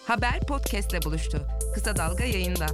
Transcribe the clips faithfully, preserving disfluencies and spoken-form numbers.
Haber podcast'le buluştu. Kısa Dalga yayında.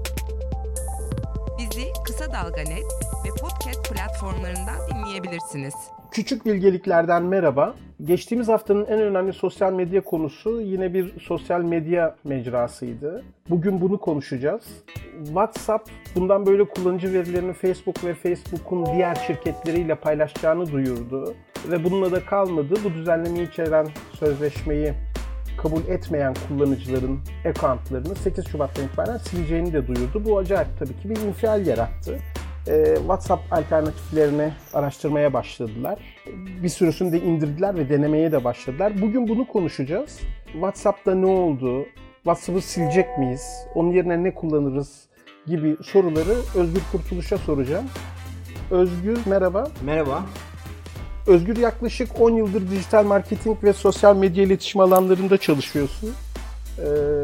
Bizi Kısa Dalga Net ve podcast platformlarından dinleyebilirsiniz. Küçük bilgeliklerden merhaba. Geçtiğimiz haftanın en önemli sosyal medya konusu yine bir sosyal medya mecrasıydı. Bugün bunu konuşacağız. WhatsApp bundan böyle kullanıcı verilerini Facebook ve Facebook'un diğer şirketleriyle paylaşacağını duyurdu. Ve bununla da kalmadı. Bu düzenlemeyi içeren sözleşmeyi kabul etmeyen kullanıcıların accountlarını sekiz Şubat'tan itibaren sileceğini de duyurdu. Bu acayip tabii ki bir infial yarattı. WhatsApp alternatiflerini araştırmaya başladılar. Bir sürüsünü de indirdiler ve denemeye de başladılar. Bugün bunu konuşacağız. WhatsApp'ta ne oldu? WhatsApp'ı silecek miyiz? Onun yerine ne kullanırız? Gibi soruları Özgür Kurtuluş'a soracağım. Özgür merhaba. Merhaba. Özgür yaklaşık on yıldır dijital marketing ve sosyal medya iletişim alanlarında çalışıyorsun. Ee,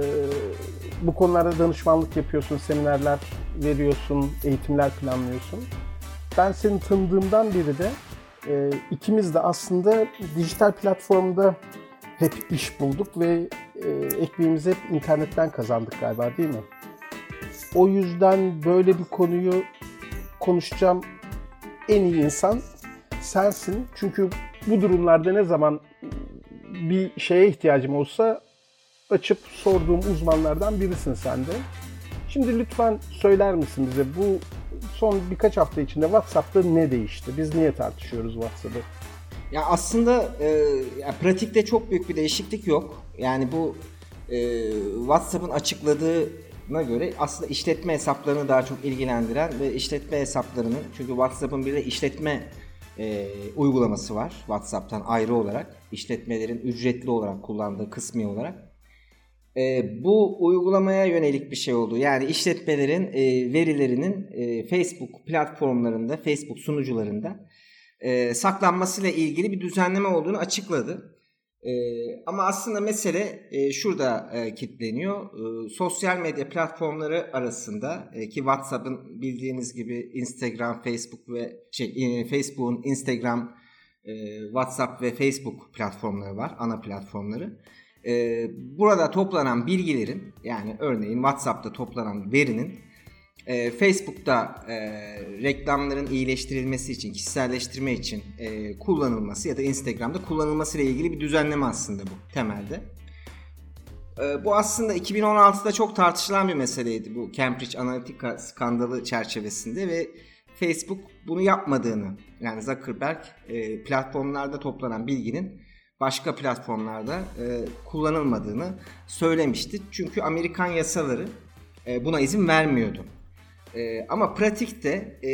bu konularda danışmanlık yapıyorsun, seminerler veriyorsun, eğitimler planlıyorsun. Ben seni tanıdığımdan beri de e, ikimiz de aslında dijital platformda hep iş bulduk ve e, ekmeğimizi hep internetten kazandık galiba, değil mi? O yüzden böyle bir konuyu konuşacağım en iyi insan sensin. Çünkü bu durumlarda ne zaman bir şeye ihtiyacım olsa açıp sorduğum uzmanlardan birisin sen de. Şimdi lütfen söyler misin bize bu son birkaç hafta içinde WhatsApp'ta ne değişti? Biz niye tartışıyoruz WhatsApp'ı? Ya aslında e, ya pratikte çok büyük bir değişiklik yok. Yani bu e, WhatsApp'ın açıkladığına göre aslında işletme hesaplarını daha çok ilgilendiren ve işletme hesaplarının, çünkü WhatsApp'ın bir de işletme e, uygulaması var WhatsApp'tan ayrı olarak. İşletmelerin ücretli olarak kullandığı kısmi olarak. E, bu uygulamaya yönelik bir şey oldu. Yani işletmelerin e, verilerinin e, Facebook platformlarında, Facebook sunucularında e, saklanmasıyla ilgili bir düzenleme olduğunu açıkladı. E, ama aslında mesele e, şurada e, kilitleniyor. E, sosyal medya platformları arasında e, ki WhatsApp'ın bildiğiniz gibi Instagram, Facebook ve şey e, Facebook'un Instagram, e, WhatsApp ve Facebook platformları var, ana platformları. Ee, burada toplanan bilgilerin, yani örneğin WhatsApp'ta toplanan verinin e, Facebook'ta e, reklamların iyileştirilmesi için, kişiselleştirme için e, kullanılması ya da Instagram'da kullanılması ile ilgili bir düzenleme aslında bu temelde. E, bu aslında iki bin on altıda çok tartışılan bir meseleydi bu Cambridge Analytica skandalı çerçevesinde ve Facebook bunu yapmadığını, yani Zuckerberg e, platformlarda toplanan bilginin başka platformlarda e, kullanılmadığını söylemişti. Çünkü Amerikan yasaları e, buna izin vermiyordu. E, ama pratikte e,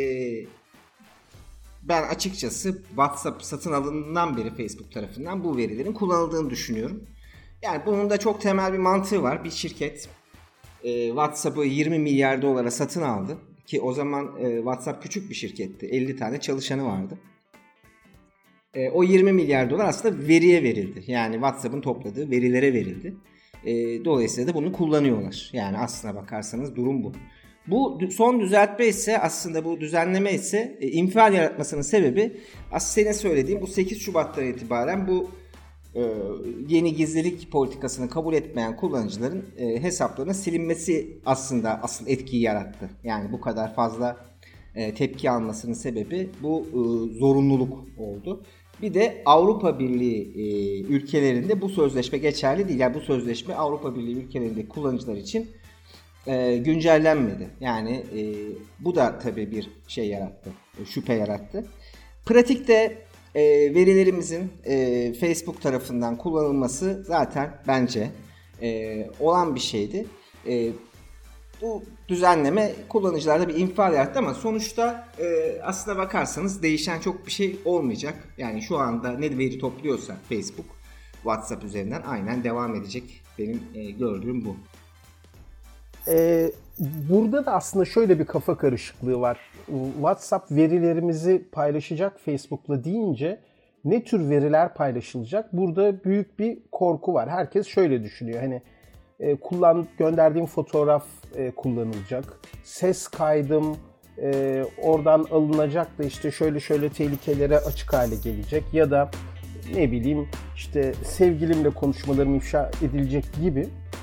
ben açıkçası WhatsApp satın alındığından beri Facebook tarafından bu verilerin kullanıldığını düşünüyorum. Yani bunun da çok temel bir mantığı var. Bir şirket e, WhatsApp'ı yirmi milyar dolara satın aldı. Ki o zaman e, WhatsApp küçük bir şirketti. elli tane çalışanı vardı. E, o yirmi milyar dolar aslında veriye verildi. Yani WhatsApp'ın topladığı verilere verildi. E, dolayısıyla da bunu kullanıyorlar. Yani aslına bakarsanız durum bu. Bu son düzeltme ise aslında bu düzenleme ise e, infial yaratmasının sebebi aslında senin söylediğin bu sekiz Şubat'tan itibaren bu e, yeni gizlilik politikasını kabul etmeyen kullanıcıların e, hesaplarının silinmesi aslında asıl etkiyi yarattı. Yani bu kadar fazla e, tepki almasının sebebi bu e, zorunluluk oldu. Bir de Avrupa Birliği e, ülkelerinde bu sözleşme geçerli değil. Yani bu sözleşme Avrupa Birliği ülkelerindeki kullanıcılar için e, güncellenmedi. Yani e, bu da tabii bir şey yarattı, e, şüphe yarattı. Pratikte e, verilerimizin e, Facebook tarafından kullanılması zaten bence e, olan bir şeydi. E, Bu düzenleme kullanıcılarda bir infial yarattı ama sonuçta e, aslına bakarsanız değişen çok bir şey olmayacak. Yani şu anda ne veri topluyorsa Facebook, WhatsApp üzerinden aynen devam edecek. Benim e, gördüğüm bu. Ee, burada da aslında şöyle bir kafa karışıklığı var. WhatsApp verilerimizi paylaşacak Facebook'la deyince ne tür veriler paylaşılacak? Burada büyük bir korku var. Herkes şöyle düşünüyor. Hani e, kullan gönderdiğim fotoğraf e, kullanılacak. Ses kaydım e, oradan alınacak da işte şöyle şöyle tehlikelere açık hale gelecek ya da ne bileyim işte sevgilimle konuşmalarım ifşa edilecek gibi.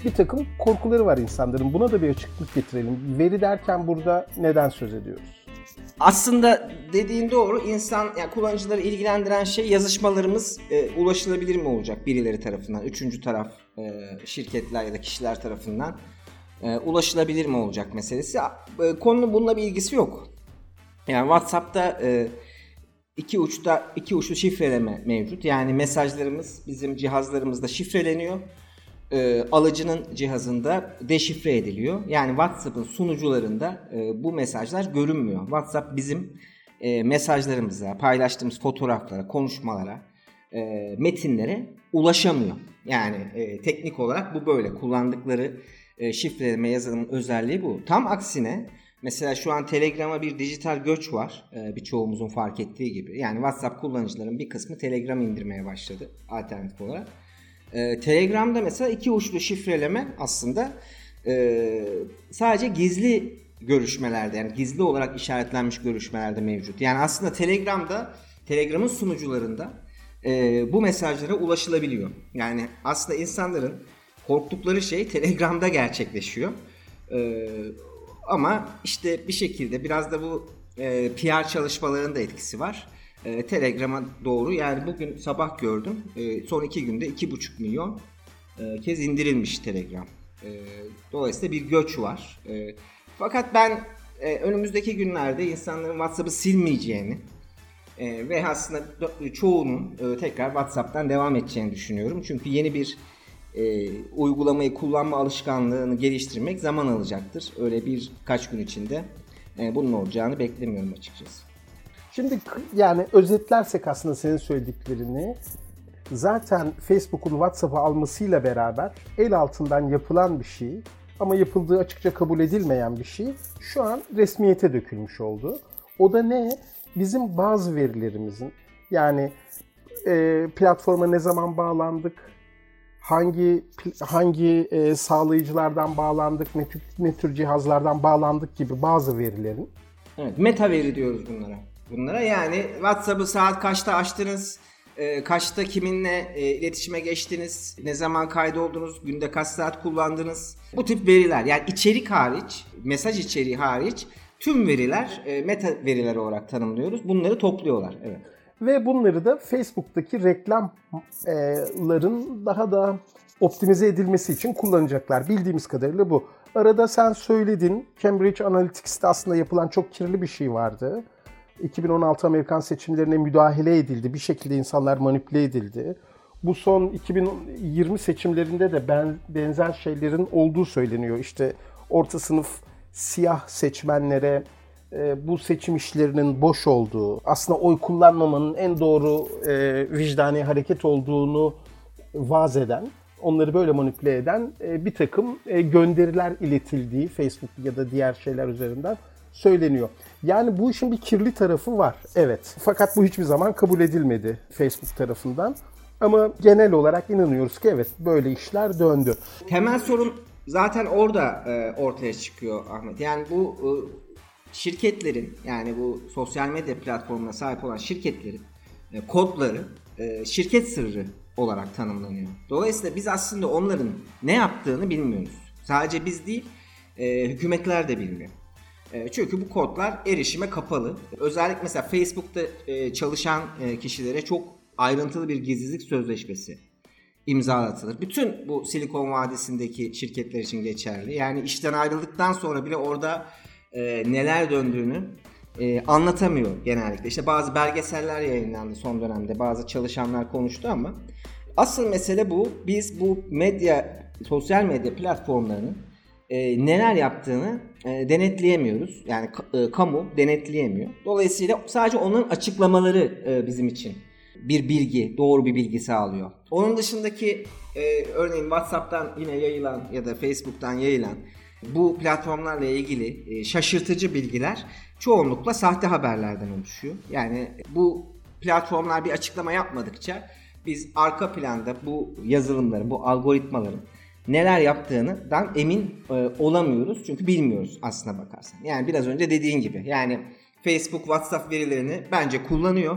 bir takım korkuları var insanların. Buna da bir açıklık getirelim. Veri derken burada neden söz ediyoruz? Aslında dediğin doğru. İnsan, yani kullanıcıları ilgilendiren şey yazışmalarımız e, ulaşılabilir mi olacak birileri tarafından, üçüncü taraf e, şirketler ya da kişiler tarafından e, ulaşılabilir mi olacak meselesi. E, konunun bununla bir ilgisi yok. Yani WhatsApp'ta e, iki uçta iki uçlu şifreleme mevcut. Yani mesajlarımız bizim cihazlarımızda şifreleniyor. E, alıcının cihazında deşifre ediliyor. Yani WhatsApp'ın sunucularında e, bu mesajlar görünmüyor. WhatsApp bizim e, mesajlarımıza, paylaştığımız fotoğraflara, konuşmalara, e, metinlere ulaşamıyor. Yani e, teknik olarak bu böyle. Kullandıkları e, şifreleme yazılımın özelliği bu. Tam aksine mesela şu an Telegram'a bir dijital göç var. E, birçoğumuzun fark ettiği gibi. Yani WhatsApp kullanıcıların bir kısmı Telegram indirmeye başladı alternatif olarak. Ee, Telegram'da mesela iki uçlu şifreleme aslında e, sadece gizli görüşmelerde, yani gizli olarak işaretlenmiş görüşmelerde mevcut. Yani aslında Telegram'da, Telegram'ın sunucularında e, bu mesajlara ulaşılabiliyor. Yani aslında insanların korktukları şey Telegram'da gerçekleşiyor. E, ama işte bir şekilde biraz da bu e, P R çalışmalarının da etkisi var. E, Telegram'a doğru, yani bugün sabah gördüm, e, son iki günde iki buçuk milyon e, kez indirilmiş Telegram. E, dolayısıyla bir göç var. E, fakat ben e, önümüzdeki günlerde insanların WhatsApp'ı silmeyeceğini e, ve aslında çoğunun e, tekrar WhatsApp'tan devam edeceğini düşünüyorum. Çünkü yeni bir e, uygulamayı kullanma alışkanlığını geliştirmek zaman alacaktır. Öyle birkaç gün içinde e, bunun olacağını beklemiyorum açıkçası. Şimdi yani özetlersek aslında senin söylediklerini, zaten Facebook'un WhatsApp'ı almasıyla beraber el altından yapılan bir şey ama yapıldığı açıkça kabul edilmeyen bir şey şu an resmiyete dökülmüş oldu. O da ne? Bizim bazı verilerimizin, yani e, platforma ne zaman bağlandık, hangi hangi e, sağlayıcılardan bağlandık, ne tür, ne tür cihazlardan bağlandık gibi bazı verilerin. Evet, meta veri diyoruz bunlara. Bunlara yani WhatsApp'ı saat kaçta açtınız, e, kaçta kiminle e, iletişime geçtiniz, ne zaman kaydoldunuz, günde kaç saat kullandınız. Bu tip veriler, yani içerik hariç, mesaj içeriği hariç tüm veriler e, meta veriler olarak tanımlıyoruz. Bunları topluyorlar. Evet. Ve bunları da Facebook'taki reklamların daha da optimize edilmesi için kullanacaklar. Bildiğimiz kadarıyla bu. Arada sen söyledin, Cambridge Analytics'te aslında yapılan çok kirli bir şey vardı. iki bin on altı Amerikan seçimlerine müdahale edildi. Bir şekilde insanlar manipüle edildi. Bu son iki bin yirmi seçimlerinde de ben, benzer şeylerin olduğu söyleniyor. İşte orta sınıf siyah seçmenlere e, bu seçim işlerinin boş olduğu, aslında oy kullanmamanın en doğru e, vicdani hareket olduğunu vaaz eden, onları böyle manipüle eden e, bir takım e, gönderiler iletildiği Facebook ya da diğer şeyler üzerinden söyleniyor. Yani bu işin bir kirli tarafı var, evet. Fakat bu hiçbir zaman kabul edilmedi Facebook tarafından. Ama genel olarak inanıyoruz ki evet, böyle işler döndü. Temel sorun zaten orada e, ortaya çıkıyor Ahmet. Yani bu e, şirketlerin, yani bu sosyal medya platformuna sahip olan şirketlerin e, kodları e, şirket sırrı olarak tanımlanıyor. Dolayısıyla biz aslında onların ne yaptığını bilmiyoruz. Sadece biz değil, e, hükümetler de bilmiyor. E, çünkü bu kodlar erişime kapalı. Özellikle mesela Facebook'ta e, çalışan e, kişilere çok ayrıntılı bir gizlilik sözleşmesi imzalatılır. Bütün bu Silikon Vadisi'ndeki şirketler için geçerli. Yani işten ayrıldıktan sonra bile orada e, neler döndüğünü e, anlatamıyor genellikle. İşte bazı belgeseller yayınlandı son dönemde. Bazı çalışanlar konuştu ama asıl mesele bu. Biz bu medya, sosyal medya platformlarının e, neler yaptığını e, denetleyemiyoruz. Yani e, kamu denetleyemiyor. Dolayısıyla sadece onların açıklamaları e, bizim için bir bilgi, doğru bir bilgi sağlıyor. Onun dışındaki e, örneğin WhatsApp'tan yine yayılan ya da Facebook'tan yayılan bu platformlarla ilgili e, şaşırtıcı bilgiler çoğunlukla sahte haberlerden oluşuyor. Yani bu platformlar bir açıklama yapmadıkça biz arka planda bu yazılımların, bu algoritmaların neler yaptığından emin e, olamıyoruz. Çünkü bilmiyoruz aslına bakarsan. Yani biraz önce dediğin gibi. Yani Facebook WhatsApp verilerini bence kullanıyor.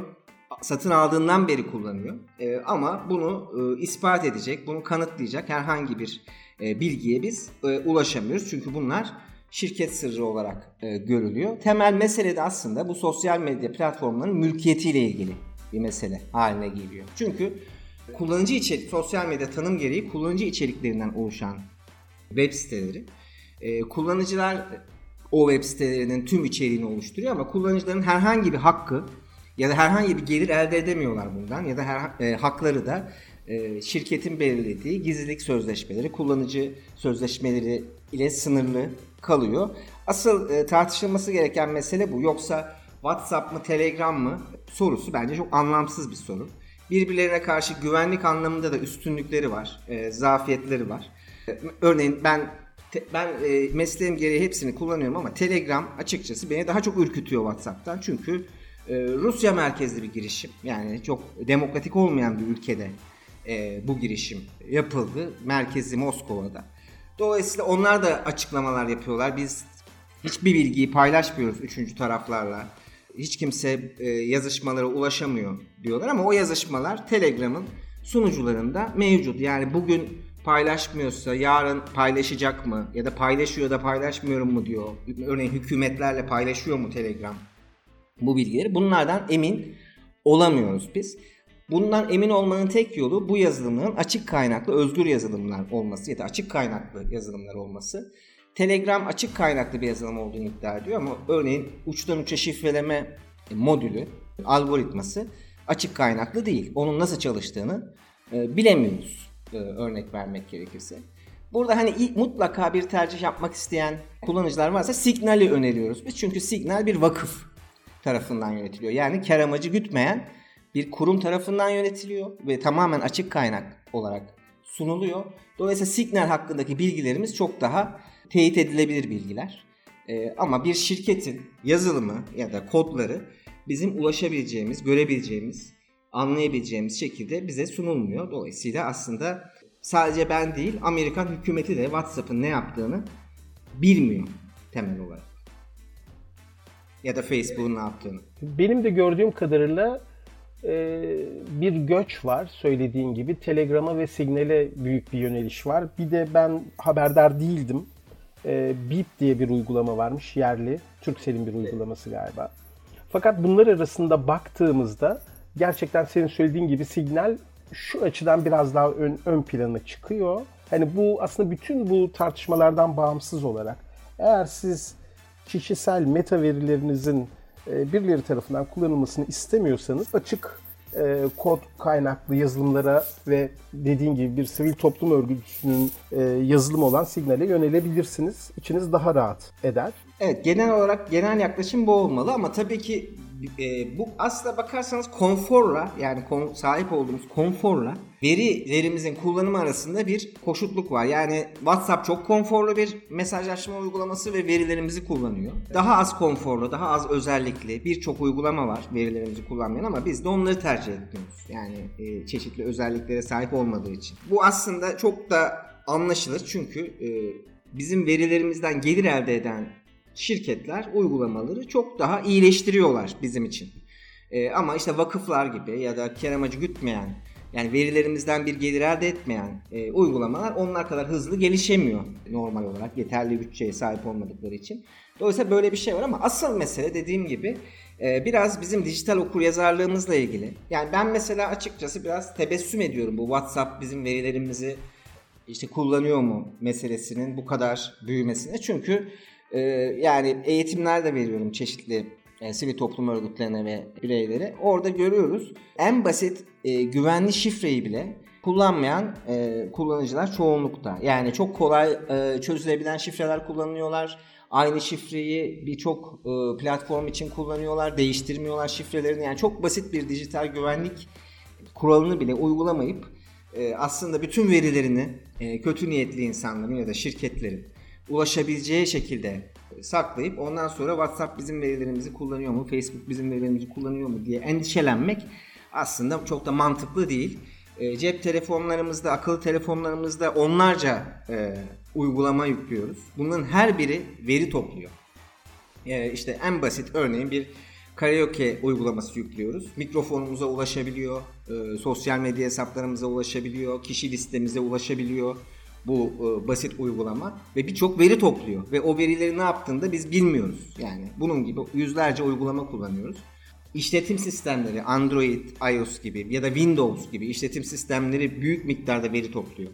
satın aldığından beri kullanıyor. E, ama bunu e, ispat edecek, bunu kanıtlayacak herhangi bir e, bilgiye biz e, ulaşamıyoruz. Çünkü bunlar şirket sırrı olarak e, görülüyor. Temel mesele de aslında bu sosyal medya platformlarının mülkiyetiyle ilgili bir mesele haline geliyor. Çünkü kullanıcı içerik, sosyal medya tanım gereği kullanıcı içeriklerinden oluşan web siteleri, e, kullanıcılar o web sitelerinin tüm içeriğini oluşturuyor ama kullanıcıların herhangi bir hakkı ya da herhangi bir gelir elde edemiyorlar bundan ya da her, e, hakları da e, şirketin belirlediği gizlilik sözleşmeleri, kullanıcı sözleşmeleri ile sınırlı kalıyor. Asıl e, tartışılması gereken mesele bu. Yoksa WhatsApp mı, Telegram mı sorusu bence çok anlamsız bir soru. Birbirlerine karşı güvenlik anlamında da üstünlükleri var, e, zafiyetleri var. E, örneğin ben te, ben e, mesleğim gereği hepsini kullanıyorum ama Telegram açıkçası beni daha çok ürkütüyor WhatsApp'tan. Çünkü e, Rusya merkezli bir girişim. Yani çok demokratik olmayan bir ülkede e, bu girişim yapıldı. Merkezi Moskova'da. Dolayısıyla onlar da açıklamalar yapıyorlar. Biz hiçbir bilgiyi paylaşmıyoruz üçüncü taraflarla. Hiç kimse e, yazışmalara ulaşamıyor diyorlar ama o yazışmalar Telegram'ın sunucularında mevcut. Yani bugün paylaşmıyorsa yarın paylaşacak mı ya da paylaşıyor da paylaşmıyorum mu diyor. Örneğin hükümetlerle paylaşıyor mu Telegram bu bilgileri? Bunlardan emin olamıyoruz biz. Bundan emin olmanın tek yolu bu yazılımların açık kaynaklı özgür yazılımlar olması ya da açık kaynaklı yazılımlar olması. Telegram açık kaynaklı bir yazılım olduğunu iddia ediyor ama örneğin uçtan uça şifreleme modülü, algoritması açık kaynaklı değil. Onun nasıl çalıştığını e, bilemiyoruz e, örnek vermek gerekirse. Burada hani ilk, mutlaka bir tercih yapmak isteyen kullanıcılar varsa Signal'i öneriyoruz biz. Çünkü Signal bir vakıf tarafından yönetiliyor. Yani kar amacı gütmeyen bir kurum tarafından yönetiliyor ve tamamen açık kaynak olarak sunuluyor. Dolayısıyla Signal hakkındaki bilgilerimiz çok daha teyit edilebilir bilgiler. Ee, ama bir şirketin yazılımı ya da kodları bizim ulaşabileceğimiz, görebileceğimiz, anlayabileceğimiz şekilde bize sunulmuyor. Dolayısıyla aslında sadece ben değil, Amerikan hükümeti de WhatsApp'ın ne yaptığını bilmiyor temel olarak. Ya da Facebook'un ne yaptığını. Benim de gördüğüm kadarıyla e, bir göç var söylediğin gibi. Telegram'a ve Signal'e büyük bir yöneliş var. Bir de ben haberdar değildim. E, Beep diye bir uygulama varmış, yerli. Turkcell'in bir uygulaması galiba. Fakat bunlar arasında baktığımızda gerçekten senin söylediğin gibi Signal şu açıdan biraz daha ön, ön plana çıkıyor. Hani bu aslında bütün bu tartışmalardan bağımsız olarak eğer siz kişisel meta verilerinizin e, birileri tarafından kullanılmasını istemiyorsanız açık e, kod kaynaklı yazılımlara ve dediğin gibi bir sivil toplum örgütünün e, yazılımı olan Signal'e yönelebilirsiniz. İçiniz daha rahat eder. Evet, genel olarak genel yaklaşım bu olmalı ama tabii ki e, bu aslına bakarsanız konforla yani kon, sahip olduğumuz konforla verilerimizin kullanımı arasında bir koşutluk var. Yani WhatsApp çok konforlu bir mesajlaşma uygulaması ve verilerimizi kullanıyor. Daha az konforlu, daha az özellikli birçok uygulama var verilerimizi kullanmayan ama biz de onları tercih etmiyoruz. Yani e, çeşitli özelliklere sahip olmadığı için. Bu aslında çok da anlaşılır çünkü e, bizim verilerimizden gelir elde eden şirketler uygulamaları çok daha iyileştiriyorlar bizim için. Ee, ama işte vakıflar gibi ya da kar amacı gütmeyen yani verilerimizden bir gelir elde etmeyen e, uygulamalar onlar kadar hızlı gelişemiyor normal olarak yeterli bütçeye sahip olmadıkları için. Dolayısıyla böyle bir şey var ama asıl mesele dediğim gibi e, biraz bizim dijital okuryazarlığımızla ilgili. Yani ben mesela açıkçası biraz tebessüm ediyorum bu WhatsApp bizim verilerimizi işte kullanıyor mu meselesinin bu kadar büyümesine. Çünkü Ee, yani eğitimler de veriyorum çeşitli e, sivil toplum örgütlerine ve bireylere. Orada görüyoruz en basit e, güvenli şifreyi bile kullanmayan e, kullanıcılar çoğunlukta. Yani çok kolay e, çözülebilen şifreler kullanıyorlar. Aynı şifreyi birçok e, platform için kullanıyorlar. Değiştirmiyorlar şifrelerini. Yani çok basit bir dijital güvenlik kuralını bile uygulamayıp e, aslında bütün verilerini e, kötü niyetli insanların ya da şirketlerin ulaşabileceği şekilde saklayıp ondan sonra WhatsApp bizim verilerimizi kullanıyor mu, Facebook bizim verilerimizi kullanıyor mu diye endişelenmek aslında çok da mantıklı değil. E, cep telefonlarımızda, akıllı telefonlarımızda onlarca e, uygulama yüklüyoruz. Bunların her biri veri topluyor. E, işte en basit örneğin bir karaoke uygulaması yüklüyoruz. Mikrofonumuza ulaşabiliyor, e, sosyal medya hesaplarımıza ulaşabiliyor, kişi listemize ulaşabiliyor bu e, basit uygulama ve birçok veri topluyor ve o verileri ne yaptığını da biz bilmiyoruz. Yani bunun gibi yüzlerce uygulama kullanıyoruz. İşletim sistemleri Android, iOS gibi ya da Windows gibi işletim sistemleri büyük miktarda veri topluyor.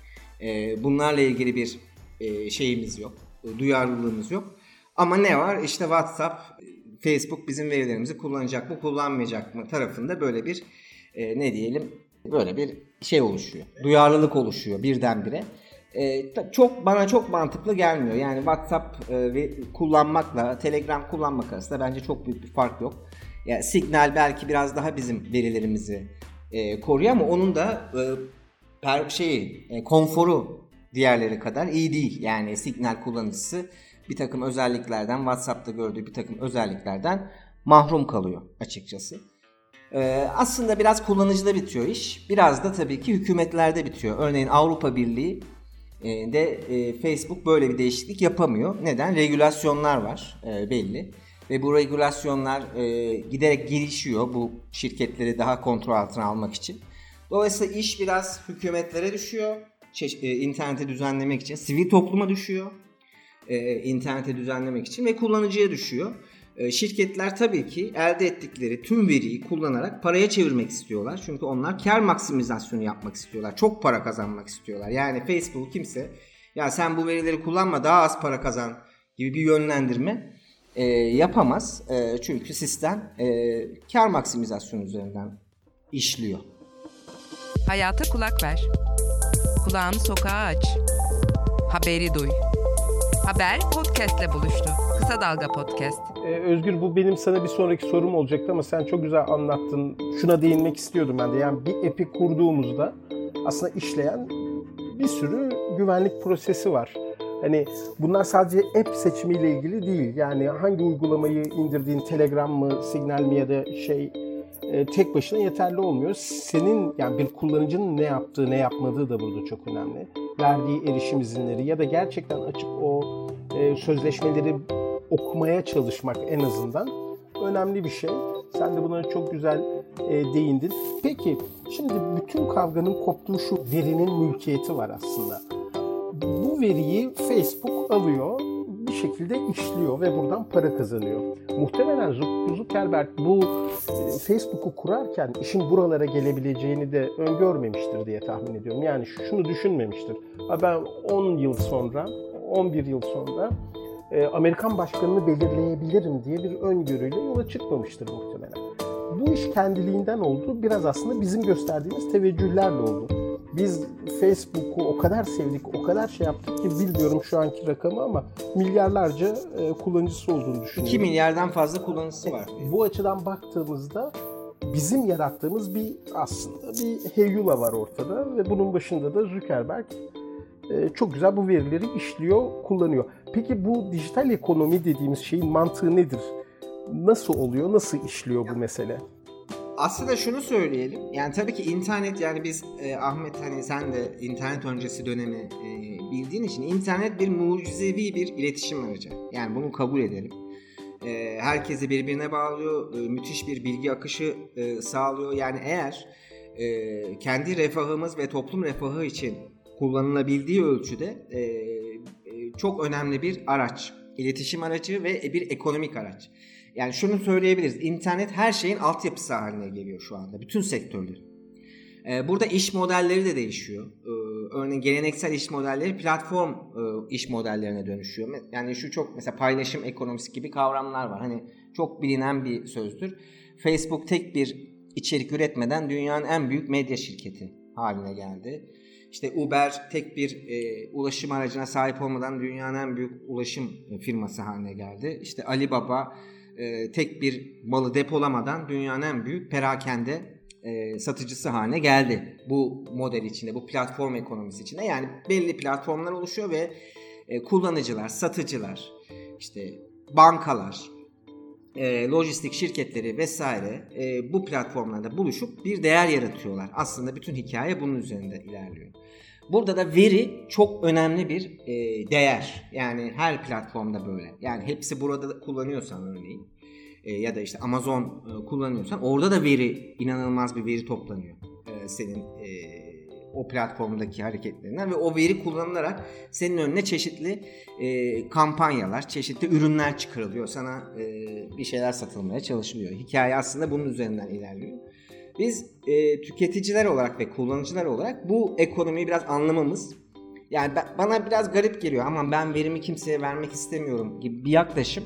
E, bunlarla ilgili bir e, şeyimiz yok, duyarlılığımız yok. Ama ne var? İşte WhatsApp, Facebook bizim verilerimizi kullanacak mı, kullanmayacak mı tarafında böyle bir e, ne diyelim, böyle bir şey oluşuyor. Duyarlılık oluşuyor birdenbire. E, çok bana çok mantıklı gelmiyor. Yani WhatsApp e, kullanmakla Telegram kullanmak arasında bence çok büyük bir fark yok. Yani Signal belki biraz daha bizim verilerimizi e, koruyor ama onun da e, per şeyi e, konforu diğerleri kadar iyi değil. Yani Signal kullanıcısı bir takım özelliklerden, WhatsApp'ta gördüğü bir takım özelliklerden mahrum kalıyor açıkçası. Ee, aslında biraz kullanıcıda bitiyor iş. Biraz da tabii ki hükümetlerde bitiyor. Örneğin Avrupa Birliği e, de e, Facebook böyle bir değişiklik yapamıyor. Neden? Regülasyonlar var e, belli. Ve bu regülasyonlar e, giderek gelişiyor bu şirketleri daha kontrol altına almak için. Dolayısıyla iş biraz hükümetlere düşüyor. Çe- e, interneti düzenlemek için. Sivil topluma düşüyor. E, interneti düzenlemek için ve kullanıcıya düşüyor. E, şirketler tabii ki elde ettikleri tüm veriyi kullanarak paraya çevirmek istiyorlar. Çünkü onlar kar maksimizasyonu yapmak istiyorlar. Çok para kazanmak istiyorlar. Yani Facebook kimse ya sen bu verileri kullanma daha az para kazan gibi bir yönlendirme e, yapamaz. E, çünkü sistem e, kar maksimizasyonu üzerinden işliyor. Hayata kulak ver. Kulağını sokağa aç. Haberi duy. Haber podcast'le buluştu. Kısa Dalga Podcast. Ee, Özgür, bu benim sana bir sonraki sorum olacaktı ama sen çok güzel anlattın. Şuna değinmek istiyordum ben de. Yani bir app'i kurduğumuzda aslında işleyen bir sürü güvenlik prosesi var. Hani bunlar sadece app seçimiyle ilgili değil. Yani hangi uygulamayı indirdiğin, Telegram mı, Signal mi ya da şey e, tek başına yeterli olmuyor. Senin, yani bir kullanıcının ne yaptığı, ne yapmadığı da burada çok önemli. Verdiği erişim izinleri ya da gerçekten açıp o e, sözleşmeleri okumaya çalışmak en azından önemli bir şey. Sen de buna çok güzel e, değindin. Peki şimdi bütün kavganın koptuğu şu verinin mülkiyeti var aslında. Bu veriyi Facebook alıyor, bir şekilde işliyor ve buradan para kazanıyor. Muhtemelen Zuckerberg bu e, Facebook'u kurarken işin buralara gelebileceğini de öngörmemiştir diye tahmin ediyorum. Yani şunu düşünmemiştir. Ben on yıl sonra, on bir yıl sonra e, Amerikan başkanını belirleyebilirim diye bir öngörüyle yola çıkmamıştır muhtemelen. Bu iş kendiliğinden oldu. Biraz aslında bizim gösterdiğimiz teveccühlerle oldu. Biz Facebook'u o kadar sevdik, o kadar şey yaptık ki bilmiyorum şu anki rakamı ama milyarlarca e, kullanıcısı olduğunu düşünüyorum. iki milyardan fazla kullanıcısı var. Bu açıdan baktığımızda bizim yarattığımız bir aslında bir heyula var ortada ve bunun başında da Zuckerberg e, çok güzel bu verileri işliyor, kullanıyor. Peki bu dijital ekonomi dediğimiz şeyin mantığı nedir? Nasıl oluyor, nasıl işliyor bu mesele? Aslında şunu söyleyelim. Yani tabii ki internet, yani biz e, Ahmet, hani sen de internet öncesi dönemi e, bildiğin için internet bir mucizevi bir iletişim aracı. Yani bunu kabul edelim. E, herkesi birbirine bağlıyor, e, müthiş bir bilgi akışı e, sağlıyor. Yani eğer e, kendi refahımız ve toplum refahı için kullanılabildiği ölçüde e, e, çok önemli bir araç. İletişim aracı ve bir ekonomik araç. Yani şunu söyleyebiliriz. İnternet her şeyin altyapısı haline geliyor şu anda. Bütün sektörlerin. Ee, burada iş modelleri de değişiyor. Ee, örneğin geleneksel iş modelleri platform e, iş modellerine dönüşüyor. Yani şu çok, mesela paylaşım ekonomisi gibi kavramlar var. Hani çok bilinen bir sözdür. Facebook tek bir içerik üretmeden dünyanın en büyük medya şirketi haline geldi. İşte Uber tek bir e, ulaşım aracına sahip olmadan dünyanın en büyük ulaşım firması haline geldi. İşte Alibaba e, tek bir malı depolamadan dünyanın en büyük perakende e, satıcısı haline geldi. Bu model içinde, bu platform ekonomisi içinde. Yani belli platformlar oluşuyor ve e, kullanıcılar, satıcılar, işte bankalar, e, lojistik şirketleri vesaire e, bu platformlarda buluşup bir değer yaratıyorlar. Aslında bütün hikaye bunun üzerinde ilerliyor. Burada da veri çok önemli bir e, değer. Yani her platformda böyle. Yani hepsi burada kullanıyorsan örneğin e, ya da işte Amazon e, kullanıyorsan orada da veri, inanılmaz bir veri toplanıyor e, senin e, o platformdaki hareketlerinden ve o veri kullanılarak senin önüne çeşitli e, kampanyalar, çeşitli ürünler çıkarılıyor. Sana e, bir şeyler satılmaya çalışılıyor. Hikaye aslında bunun üzerinden ilerliyor. Biz e, tüketiciler olarak ve kullanıcılar olarak bu ekonomiyi biraz anlamamız, yani ben, bana biraz garip geliyor ama ben verimi kimseye vermek istemiyorum gibi bir yaklaşım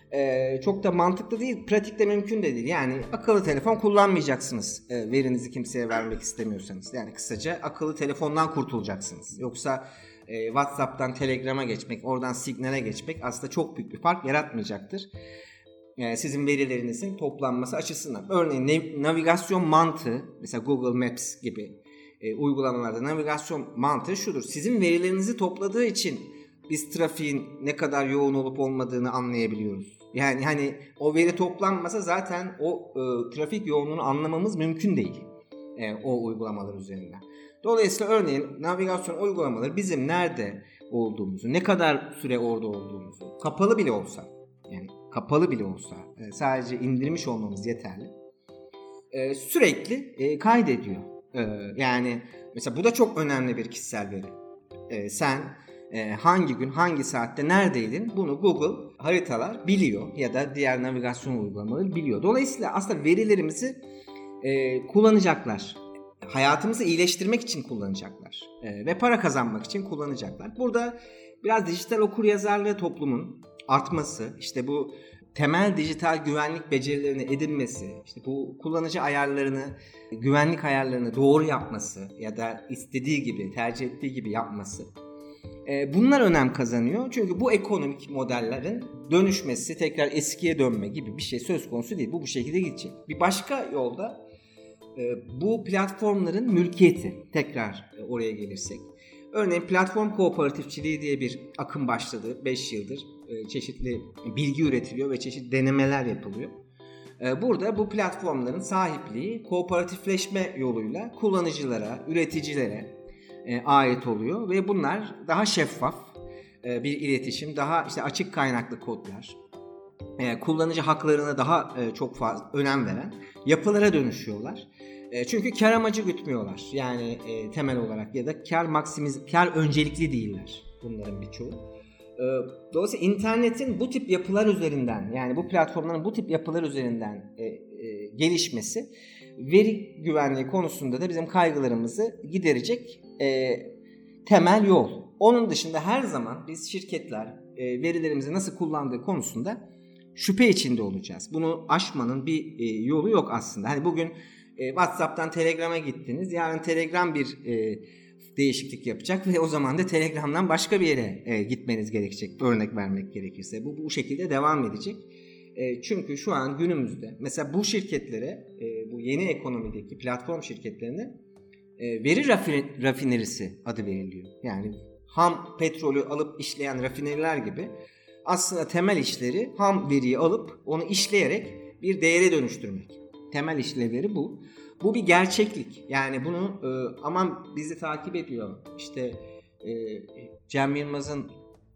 e, çok da mantıklı değil, pratikte mümkün de değil. Yani akıllı telefon kullanmayacaksınız e, verinizi kimseye vermek istemiyorsanız. Yani kısaca akıllı telefondan kurtulacaksınız. Yoksa e, WhatsApp'tan Telegram'a geçmek, oradan Signal'e geçmek aslında çok büyük bir fark yaratmayacaktır. Yani sizin verilerinizin toplanması açısından. Örneğin nav- navigasyon mantığı, mesela Google Maps gibi e, uygulamalarda navigasyon mantığı şudur. Sizin verilerinizi topladığı için biz trafiğin ne kadar yoğun olup olmadığını anlayabiliyoruz. Yani hani o veri toplanmasa zaten o e, trafik yoğunluğunu anlamamız mümkün değil e, o uygulamalar üzerinden. Dolayısıyla örneğin navigasyon uygulamaları bizim nerede olduğumuzu, ne kadar süre orada olduğumuzu, kapalı bile olsa, yani kapalı bile olsa sadece indirmiş olmamız yeterli. Ee, sürekli e, kaydediyor. Ee, yani mesela bu da çok önemli bir kişisel veri. Ee, sen e, hangi gün, hangi saatte neredeydin bunu Google haritalar biliyor ya da diğer navigasyon uygulamaları biliyor. Dolayısıyla aslında verilerimizi e, kullanacaklar. Hayatımızı iyileştirmek için kullanacaklar. E, ve para kazanmak için kullanacaklar. Burada biraz dijital okuryazarlığı toplumun artması, işte bu temel dijital güvenlik becerilerini edinmesi, işte bu kullanıcı ayarlarını, güvenlik ayarlarını doğru yapması ya da istediği gibi, tercih ettiği gibi yapması. Bunlar önem kazanıyor. Çünkü bu ekonomik modellerin dönüşmesi, tekrar eskiye dönme gibi bir şey söz konusu değil. Bu bu şekilde gidecek. Bir başka yolda bu platformların mülkiyeti, tekrar oraya gelirsek. Örneğin platform kooperatifçiliği diye bir akım başladı beş yıldır. Çeşitli bilgi üretiliyor ve çeşitli denemeler yapılıyor. Burada bu platformların sahipliği kooperatifleşme yoluyla kullanıcılara, üreticilere ait oluyor ve bunlar daha şeffaf bir iletişim, daha işte açık kaynaklı kodlar, kullanıcı haklarına daha çok fazla önem veren yapılara dönüşüyorlar. Çünkü kar amacı gütmüyorlar. Yani temel olarak ya da kar maksimiz, kar öncelikli değiller bunların birçoğu. Dolayısıyla internetin bu tip yapılar üzerinden, yani bu platformların bu tip yapılar üzerinden e, e, gelişmesi veri güvenliği konusunda da bizim kaygılarımızı giderecek e, temel yol. Onun dışında her zaman biz şirketler e, verilerimizi nasıl kullandığı konusunda şüphe içinde olacağız. Bunu aşmanın bir e, yolu yok aslında. Hani bugün e, WhatsApp'tan Telegram'a gittiniz, yarın Telegram bir e, değişiklik yapacak ve o zaman da Telegram'dan başka bir yere e, gitmeniz gerekecek, örnek vermek gerekirse. Bu bu şekilde devam edecek. E, çünkü şu an günümüzde mesela bu şirketlere, e, bu yeni ekonomideki platform şirketlerine e, veri rafine, rafinerisi adı veriliyor. Yani ham petrolü alıp işleyen rafineriler gibi aslında temel işleri ham veriyi alıp onu işleyerek bir değere dönüştürmek. Temel işlevleri bu. Bu bir gerçeklik. Yani bunu e, aman bizi takip ediyor. İşte e, Cem Yılmaz'ın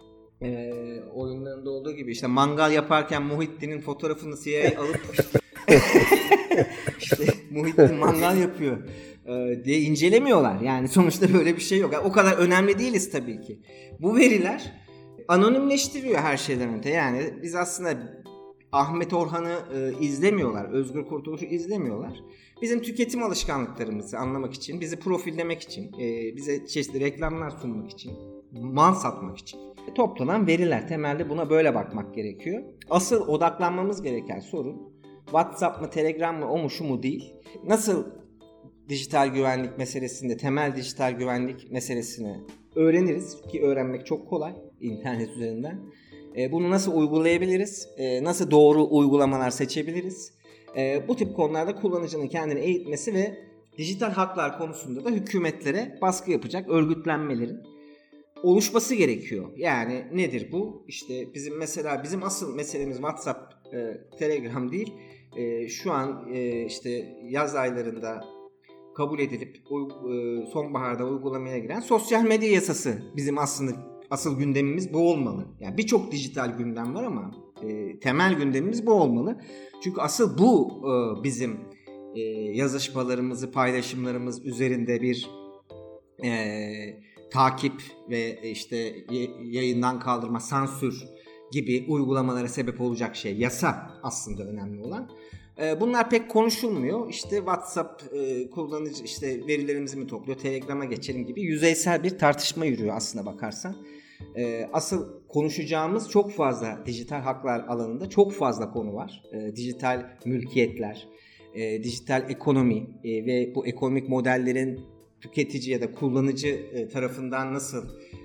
e, oyunlarında olduğu gibi işte mangal yaparken Muhittin'in fotoğrafını C I A alıp işte Muhittin mangal yapıyor e, diye incelemiyorlar. Yani sonuçta böyle bir şey yok. Yani o kadar önemli değiliz tabii ki. Bu veriler anonimleştiriyor her şeyden öte. Yani biz aslında Ahmet Orhan'ı e, izlemiyorlar, Özgür Kurtuluş'u izlemiyorlar. Bizim tüketim alışkanlıklarımızı anlamak için, bizi profillemek için, e, bize çeşitli reklamlar sunmak için, mal satmak için toplanan veriler. Temelde buna böyle bakmak gerekiyor. Asıl odaklanmamız gereken sorun WhatsApp mı, Telegram mı, o mu, şu mu değil. Nasıl dijital güvenlik meselesinde, temel dijital güvenlik meselesini öğreniriz ki öğrenmek çok kolay internet üzerinden. E, bunu nasıl uygulayabiliriz? E, nasıl doğru uygulamalar seçebiliriz? E, bu tip konularda kullanıcının kendini eğitmesi ve dijital haklar konusunda da hükümetlere baskı yapacak örgütlenmelerin oluşması gerekiyor. Yani nedir bu? İşte bizim mesela bizim asıl meselemiz WhatsApp, e, Telegram değil. E, şu an e, işte yaz aylarında kabul edilip e, sonbaharda uygulamaya giren sosyal medya yasası bizim aslında asıl gündemimiz bu olmalı. Yani birçok dijital gündem var ama e, temel gündemimiz bu olmalı. Çünkü asıl bu e, bizim e, yazışmalarımızı, paylaşımlarımız üzerinde bir e, takip ve işte yayından kaldırma, sansür gibi uygulamalara sebep olacak şey. Yasa aslında önemli olan. Bunlar pek konuşulmuyor. İşte WhatsApp kullanıcı işte verilerimizi mi topluyor, Telegram'a geçelim gibi yüzeysel bir tartışma yürüyor aslına bakarsan. Asıl konuşacağımız çok fazla dijital haklar alanında çok fazla konu var. Dijital mülkiyetler, dijital ekonomi ve bu ekonomik modellerin tüketici ya da kullanıcı tarafından nasıl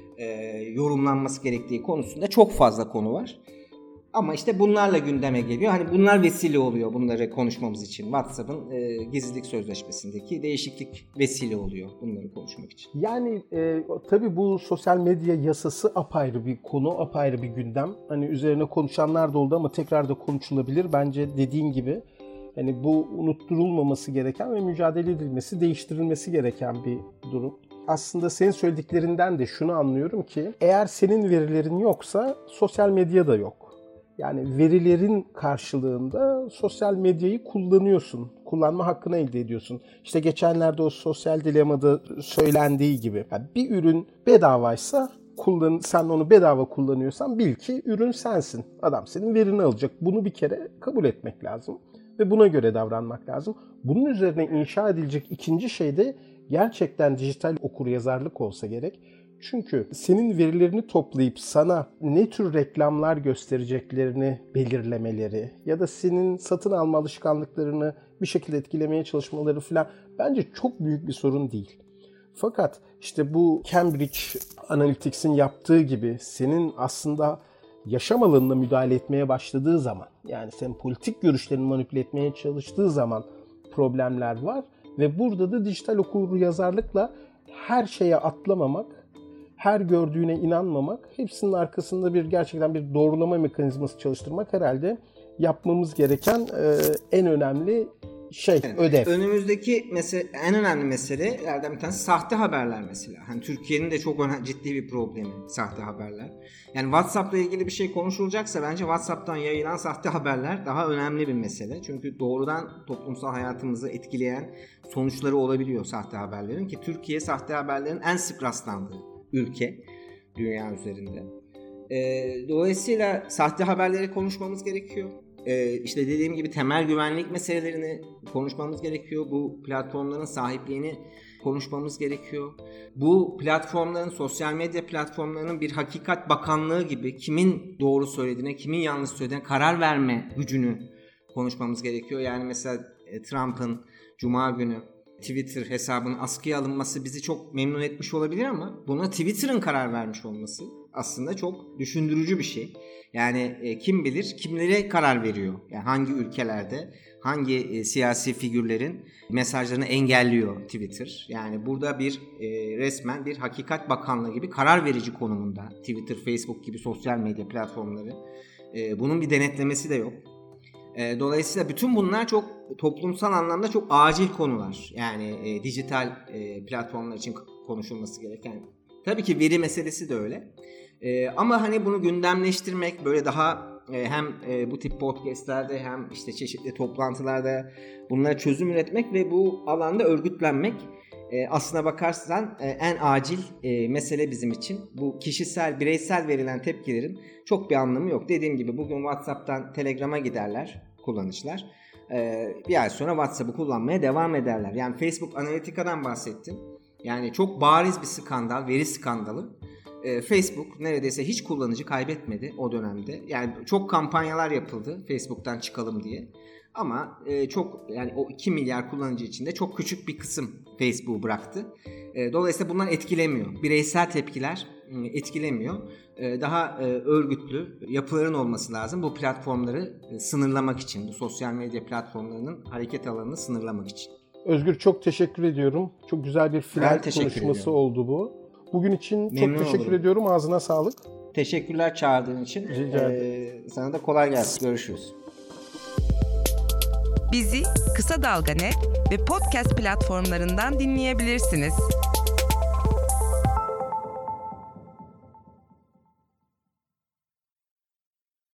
yorumlanması gerektiği konusunda çok fazla konu var. Ama işte bunlarla gündeme geliyor. Hani bunlar vesile oluyor bunları konuşmamız için. WhatsApp'ın e, gizlilik sözleşmesindeki değişiklik vesile oluyor bunları konuşmak için. Yani e, tabii bu sosyal medya yasası apayrı bir konu, apayrı bir gündem. Hani üzerine konuşanlar da oldu ama tekrar da konuşulabilir. Bence dediğin gibi hani bu unutturulmaması gereken ve mücadele edilmesi, değiştirilmesi gereken bir durum. Aslında senin söylediklerinden de şunu anlıyorum ki eğer senin verilerin yoksa sosyal medya da yok. Yani verilerin karşılığında sosyal medyayı kullanıyorsun. Kullanma hakkını elde ediyorsun. İşte geçenlerde o sosyal dilemada söylendiği gibi. Yani bir ürün bedavaysa kullan, sen onu bedava kullanıyorsan bil ki ürün sensin. Adam senin verini alacak. Bunu bir kere kabul etmek lazım. Ve buna göre davranmak lazım. Bunun üzerine inşa edilecek ikinci şey de gerçekten dijital okuryazarlık olsa gerek. Çünkü senin verilerini toplayıp sana ne tür reklamlar göstereceklerini belirlemeleri ya da senin satın alma alışkanlıklarını bir şekilde etkilemeye çalışmaları falan bence çok büyük bir sorun değil. Fakat işte bu Cambridge Analytics'in yaptığı gibi senin aslında yaşam alanına müdahale etmeye başladığı zaman, yani senin politik görüşlerini manipüle etmeye çalıştığı zaman problemler var ve burada da dijital okuryazarlıkla her şeye atlamamak, her gördüğüne inanmamak, hepsinin arkasında bir gerçekten bir doğrulama mekanizması çalıştırmak herhalde yapmamız gereken e, en önemli şey, evet, ödev. Önümüzdeki mesele, en önemli meselelerden bir tanesi sahte haberler mesela. Hani Türkiye'nin de çok önemli, ciddi bir problemi sahte haberler. Yani WhatsApp'la ilgili bir şey konuşulacaksa bence WhatsApp'tan yayılan sahte haberler daha önemli bir mesele. Çünkü doğrudan toplumsal hayatımızı etkileyen sonuçları olabiliyor sahte haberlerin ki Türkiye sahte haberlerin en sık rastlandığı ülke dünya üzerinde. Ee, dolayısıyla sahte haberleri konuşmamız gerekiyor. Ee, işte dediğim gibi temel güvenlik meselelerini konuşmamız gerekiyor. Bu platformların sahipliğini konuşmamız gerekiyor. Bu platformların, sosyal medya platformlarının bir hakikat bakanlığı gibi kimin doğru söylediğine, kimin yanlış söylediğine karar verme gücünü konuşmamız gerekiyor. Yani mesela Trump'ın Cuma günü Twitter hesabının askıya alınması bizi çok memnun etmiş olabilir ama buna Twitter'ın karar vermiş olması aslında çok düşündürücü bir şey. Yani e, kim bilir kimlere karar veriyor? Yani hangi ülkelerde hangi e, siyasi figürlerin mesajlarını engelliyor Twitter? Yani burada bir e, resmen bir hakikat bakanlığı gibi karar verici konumunda Twitter, Facebook gibi sosyal medya platformları. E, bunun bir denetlemesi de yok. E, dolayısıyla bütün bunlar çok toplumsal anlamda çok acil konular. Yani e, dijital e, platformlar için konuşulması gereken. Tabii ki veri meselesi de öyle. E, ama hani bunu gündemleştirmek, böyle daha e, hem e, bu tip podcastlerde hem işte çeşitli toplantılarda bunlara çözüm üretmek ve bu alanda örgütlenmek e, aslına bakarsan e, en acil e, mesele bizim için. Bu kişisel, bireysel verilen tepkilerin çok bir anlamı yok. Dediğim gibi bugün WhatsApp'tan Telegram'a giderler kullanıcılar. E, bir ay sonra WhatsApp'ı kullanmaya devam ederler. Yani Facebook Analytica'dan bahsettim. Yani çok bariz bir skandal, veri skandalı. E, Facebook neredeyse hiç kullanıcı kaybetmedi o dönemde. Yani çok kampanyalar yapıldı Facebook'tan çıkalım diye. Ama e, çok yani o iki milyar kullanıcı içinde çok küçük bir kısım Facebook'u bıraktı. E, dolayısıyla bunlar etkilemiyor. Bireysel tepkiler e, etkilemiyor. E, daha e, örgütlü yapıların olması lazım bu platformları e, sınırlamak için. Bu sosyal medya platformlarının hareket alanını sınırlamak için. Özgür, çok teşekkür ediyorum. Çok güzel bir final konuşması ediyorum. oldu bu. Bugün için Memnun çok teşekkür olurum. ediyorum. Ağzına sağlık. Teşekkürler çağırdığın için. Rica ederim. Ee, sana da kolay gelsin. Görüşürüz. Bizi Kısa Dalga Net ve podcast platformlarından dinleyebilirsiniz.